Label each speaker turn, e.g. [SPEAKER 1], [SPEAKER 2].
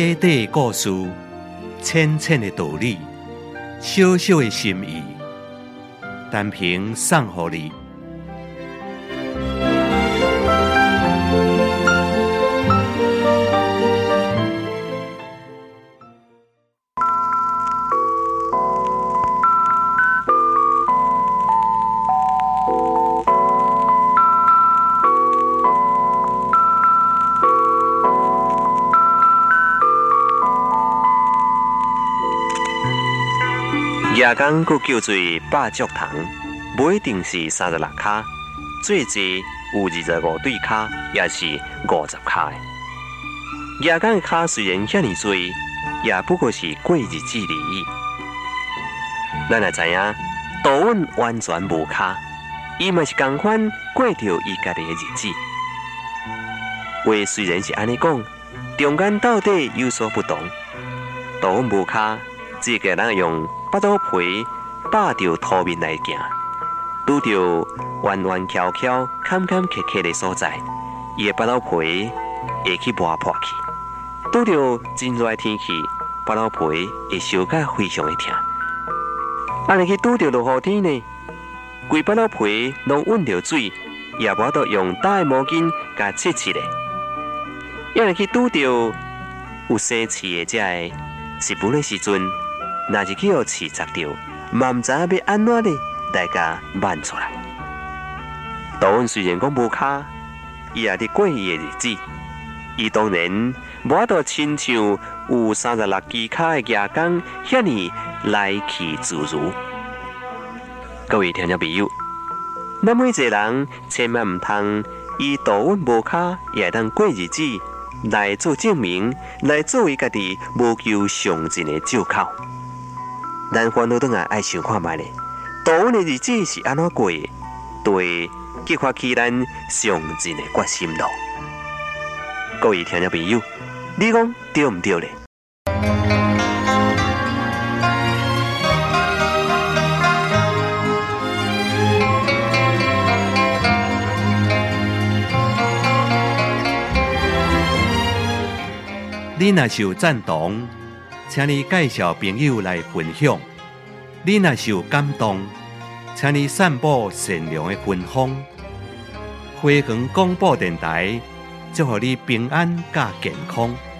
[SPEAKER 1] 短短的故事，浅浅的道理，小小的心意，单凭送予你。夜间佫叫做百足虫，不一定是36脚，最济有25对脚，也是50脚的。夜间的脚虽然遐尼多，也不过是过日子而已。咱也知影，杜阮完全无脚，伊嘛是同款过着伊家己的日子。话虽然是安尼讲，中间到底有所不同。杜阮无脚，只个人用巴肚皮扒着土面来行，拄着弯弯翘翘、坎坎坷坷的所在，伊的巴肚皮会去磨破去；拄着真热的天气，巴肚皮会烧甲非常的痛。安尼去拄着落雨天呢，规巴肚皮拢温着水，也无法度用大的毛巾甲擦拭的。要是去拄着有生刺的这个湿布的时阵，若是去互刺扎着，嘛毋知影要安怎呢来甲挽出来。杜阮虽然讲无脚，伊也伫过伊的日子，伊当然无法度亲像有36只脚的夜工遐尼来去自如。各位听众朋友，咱每一个人千万毋通以杜阮无脚也会当过日子来做证明，来作为家己无求上进的借口。咱翻倒转来爱想看觅咧，杜阮的日子是安怎过的，就会激发起咱上进的决心咯。各位听众朋友，你讲对毋对咧？你若是有赞同，请你介绍朋友来分享；你若是有感动，请你散布善良的芬芳。花园广播电台，祝福你平安甲健康。